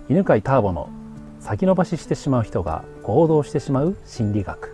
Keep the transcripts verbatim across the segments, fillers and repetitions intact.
犬飼ターボの先延ばししてしまう人が行動してしまう心理学。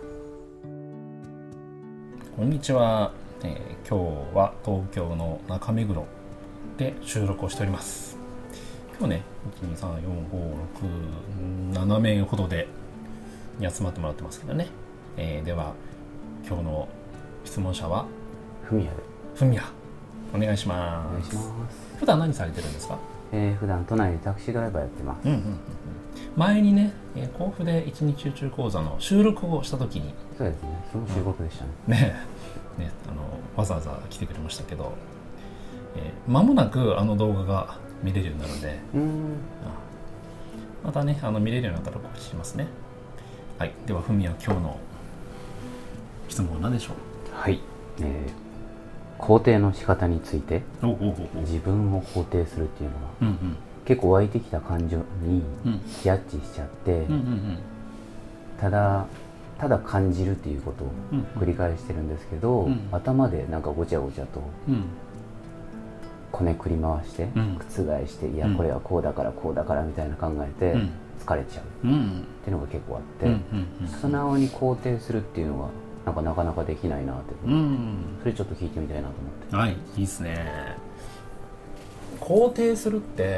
こんにちは、えー、今日は東京の中目黒で収録をしております。今日ね いちにさんよんごろくななめいほどでに集まってもらってますけどね、えー、では今日の質問者はふみやで。 ふみや、お願いします。 お願いします。 普段何されてるんですか？ えー、普段都内でタクシードライバーやってます。 うんうんうんうん、前にね、えー、甲府で一日集中講座の収録をした時に、 そうですね、その収録でしたね。 うん、ねね、あのわざわざ来てくれましたけど、えー、間もなくあの動画が見れるようになるので、 うーん、 またね、あの見れるようになったら告知しますね。はい、ではふみや、今日の質問は何でしょう？ はい、えー、肯定の仕方について。 おおおお、 自分を肯定するっていうのは、 うんうん、 結構湧いてきた感情にキャッチしちゃって、うんうんうん、ただただ感じるっていうことを繰り返してるんですけど、うんうん、頭でなんかごちゃごちゃと、うん、こねくり回して、うん、覆して、いやこれはこうだからこうだからみたいな考えて疲れちゃう、うん、っていうのが結構あって、うんうんうん、素直に肯定するっていうのがなんかなかなかできないなって、うん、それちょっと聞いてみたいなと思って。 はい、いいですね。肯定するって、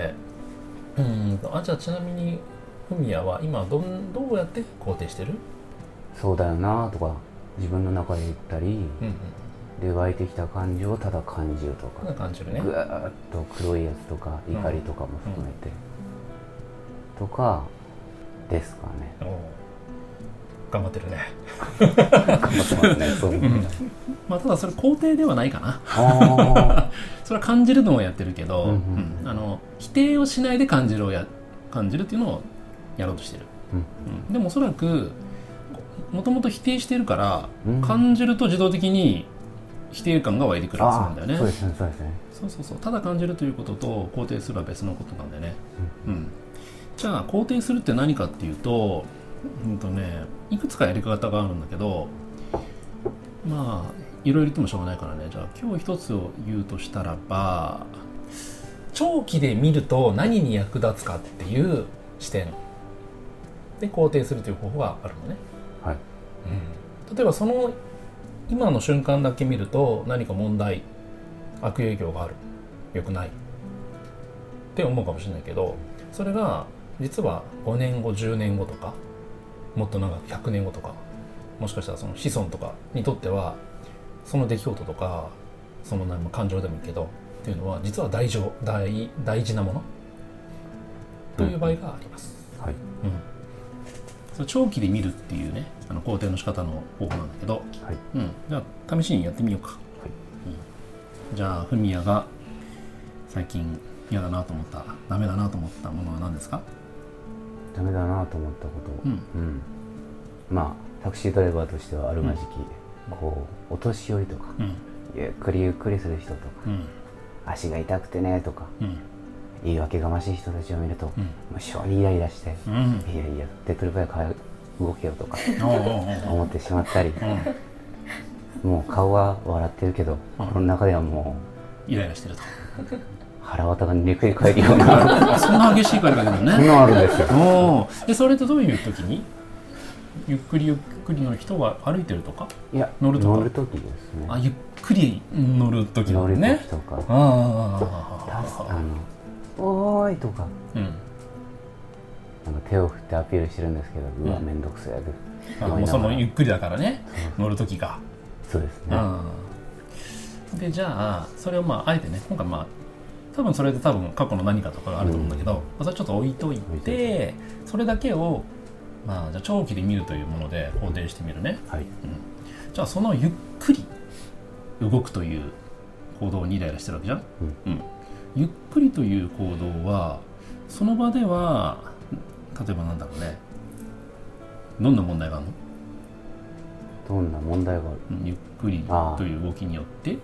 うん、あ、じゃあちなみにふみやは今どんどうやって肯定してる？ そうだよなとか自分の中で言ったり、うんうん、で湧いてきた感情をただ感じるとか、 感じるね、 ぐわーっと黒いやつとか怒りとかも含めて、うんうん、とかですかね。 お、頑張ってるね。 頑張ってますね。そう、うん、 まあ、ただそれ肯定ではないかな。あそれは感じるのをやってるけど、うんうんうん、あの否定をしないで感じるをや感じるっていうのをやろうとしてる、うんうん、でもおそらくもともと否定してるから、うん、感じると自動的に否定感が湧いてくるはずなんだよね。 そうですね、そうですね。 そうそうそう、ただ感じるということと肯定するは別のことなんだよね、うんうん、じゃあ肯定するって何かっていうと、うんとね、いくつかやり方があるんだけど、まあいろいろ言ってもしょうがないからね。じゃあ今日一つを言うとしたらば、長期で見ると何に役立つかっていう視点で肯定するという方法があるのね。はい、うん、例えばその今の瞬間だけ見ると何か問題、悪影響がある、良くないって思うかもしれないけど、それが実はごねんごじゅうねんごとかもっと長くひゃくねんごとか、もしかしたらその子孫とかにとってはその出来事とかその感情でもいいけどっていうのは実は大事、大、大事なものという場合があります、うん、はい、うん、それ長期で見るっていうね、あの肯定の仕方の方法なんだけど、はい、うん、じゃあ試しにやってみようか、はい、うん、じゃあふみやが最近嫌だなと思った、ダメだなと思ったものは何ですか？ ダメだなと思ったこと、うんうん、まあタクシードライバーとしてはあるまじき、うん、こうお年寄りとか、うん、ゆっくりゆっくりする人とか、うん、足が痛くてねとか、うん、言い訳がましい人たちを見ると、うん、もう性にイライラして、うん、いやいや手っ取り早く動けよとか思ってしまったり、うん、もう顔は笑ってるけど、うん、この中ではもうイライラしてると腹渡が煮くり返るようなそんな激しい怒りが出るのね。 そんなあるんですよ。 おでそれってどういう時に？ゆっくりゆっくりの人が歩いてるとか？ いや、 乗るとか。 乗る時ですね。 あ、ゆっくり乗る時だね。 乗る時とか。ああ、あのおーいとか、うん、なんか手を振ってアピールしてるんですけど、うわ、うん、めんどくせえやる。もうそのゆっくりだからね、乗る時が。 そうですね。 でじゃあそれをまああえてね、今回まあ多分それで多分過去の何かとかがあると思うんだけど、うん、それちょっと置いといて、それだけをまあじゃあ長期で見るというもので肯定してみるね、はい、うん、じゃあそのゆっくり動くという行動にイライラしてるわけじゃん、うんうん、ゆっくりという行動はその場では例えばなんだろうね、どんな問題があるの？ どんな問題がある？ ゆっくりという動きによって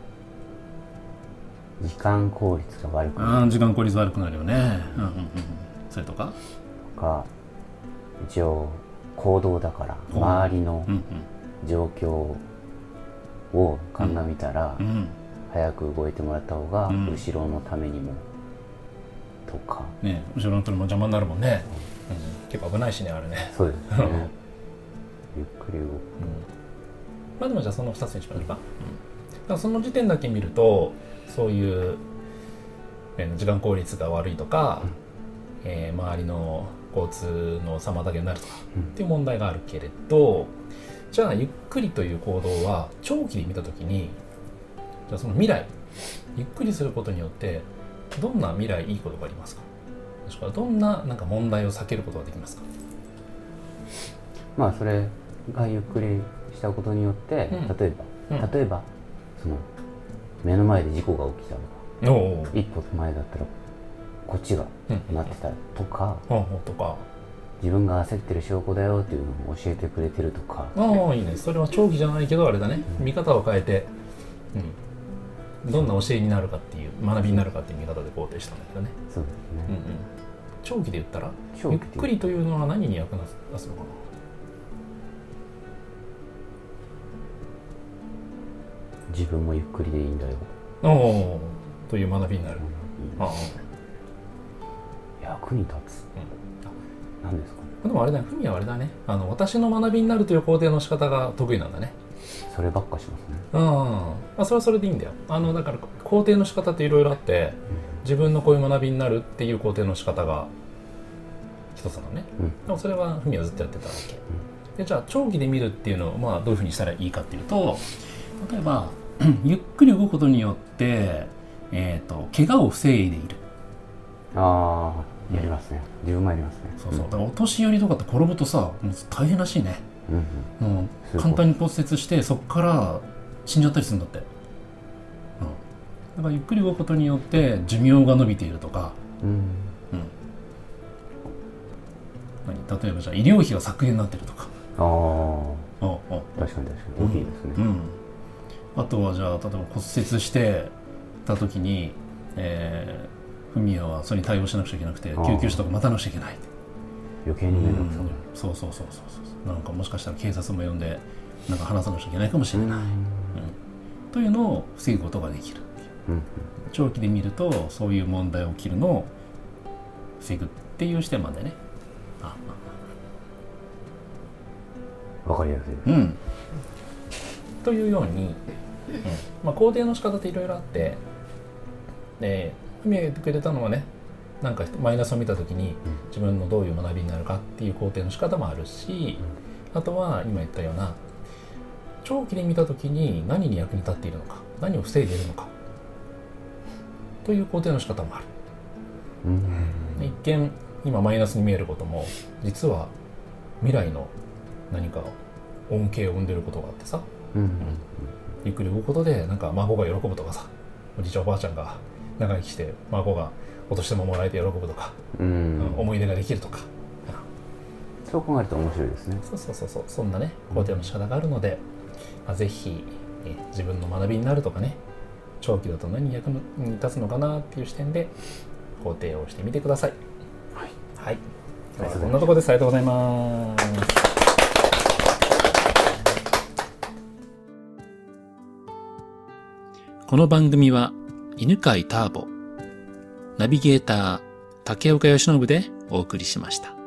時間効率が悪くなる。 ああ、時間効率悪くなるよね、うんうんうん、それとかとか、一応行動だから周りの状況を鑑みたら、うんうん、早く動いてもらった方が後ろのためにも、うん、とか、 ね、後ろの車邪魔になるもんね、うん、結構危ないしねあれね。 そうですねゆっくり動く、うん、 まあでもじゃあそのふたつにしましょうか、うん、だからその時点だけ見るとそういう、えー、時間効率が悪いとか、うん、えー、周りの交通の妨げになるとか、うん、っていう問題があるけれど、じゃあゆっくりという行動は長期で見たときに、じゃあその未来ゆっくりすることによってどんな未来いいことがありますか。もしくはどんななんか問題を避けることができますか。 まあそれがゆっくりしたことによって、うん、例えば、うん、例えばその目の前で事故が起きたとか、おう一歩前だったらこっちがなってたとか、うんうん、とか自分が焦ってる証拠だよっていうのを教えてくれてるとか。 ああいいね。それは長期じゃないけどあれだね、うん、見方を変えて、うん、どんな教えになるかっていう学びになるかっていう見方で肯定したんだけどね。 そうですね、うんうん、 長期で言ったらゆっくりというのは何に役立つのかな。 自分もゆっくりでいいんだよおという学びになる、うん、ああ役に立つ、うん、何ですか。 でもあれだね、ふみはあれだね、あの私の学びになるという肯定の仕方が得意なんだね。 そればっかしますね。 うん、まあ、それはそれでいいんだよ。あのだから肯定の仕方っていろいろあって、うん、自分のこういう学びになるっていう肯定の仕方が一つなのね、うん、でもそれはふみはずっとやってたわけ、うん、でじゃあ長期で見るっていうのを、まあ、どういうふうにしたらいいかっていうと、例えばゆっくり動くことによって、えーと、怪我を防いでいる。 ああやりますね、うん、自分もやりますね。 そうそう、だからお年寄りとかって転ぶとさもう大変らしいね、うんうん、もう簡単に骨折してそこから死んじゃったりするんだって、うん、だからゆっくり動くことによって寿命が伸びているとか、うんうん、何例えばじゃあ医療費が削減になってるとか。 ああ確かに確かに大きいですね、うんうん、 あとはじゃあ例えば骨折してた時に、えー、フミヤはそれに対応しなくちゃいけなくて救急車とか待たなくちゃいけない。 余計に面倒くさい、 うん、そうそうそうそうそう、なんかもしかしたら警察も呼んでなんか話さなくちゃいけないかもしれない、うんうん、というのを防ぐことができる、うんうん、長期で見るとそういう問題が起きるのを防ぐっていう視点までね。あわかりやすいです、 うん、というように、うんまあ、肯定の仕方っていろいろあって、でフミヤが言ってくれたのはね、なんかマイナスを見た時に自分のどういう学びになるかっていう肯定の仕方もあるし、あとは今言ったような長期で見た時に何に役に立っているのか、何を防いでいるのかという肯定の仕方もある、うん、一見今マイナスに見えることも実は未来の何か恩恵を生んでいることがあってさ、うんうん、ゆっくり動くことでなんか孫が喜ぶとかさ、おじいちゃんおばあちゃんが長生きして孫がお年玉もらえて喜ぶとか、うん、思い出ができるとか、 うん、そう考えると面白いですね。 そうそうそうそう、そんなね肯定の仕方があるので、まあ、ぜひ、え自分の学びになるとかね、長期だと何に役に立つのかなっていう視点で肯定をしてみてください。はい、はい、こんなところです。ありがとうございます。この番組は犬飼ターボ、ナビゲーター竹岡由伸でお送りしました。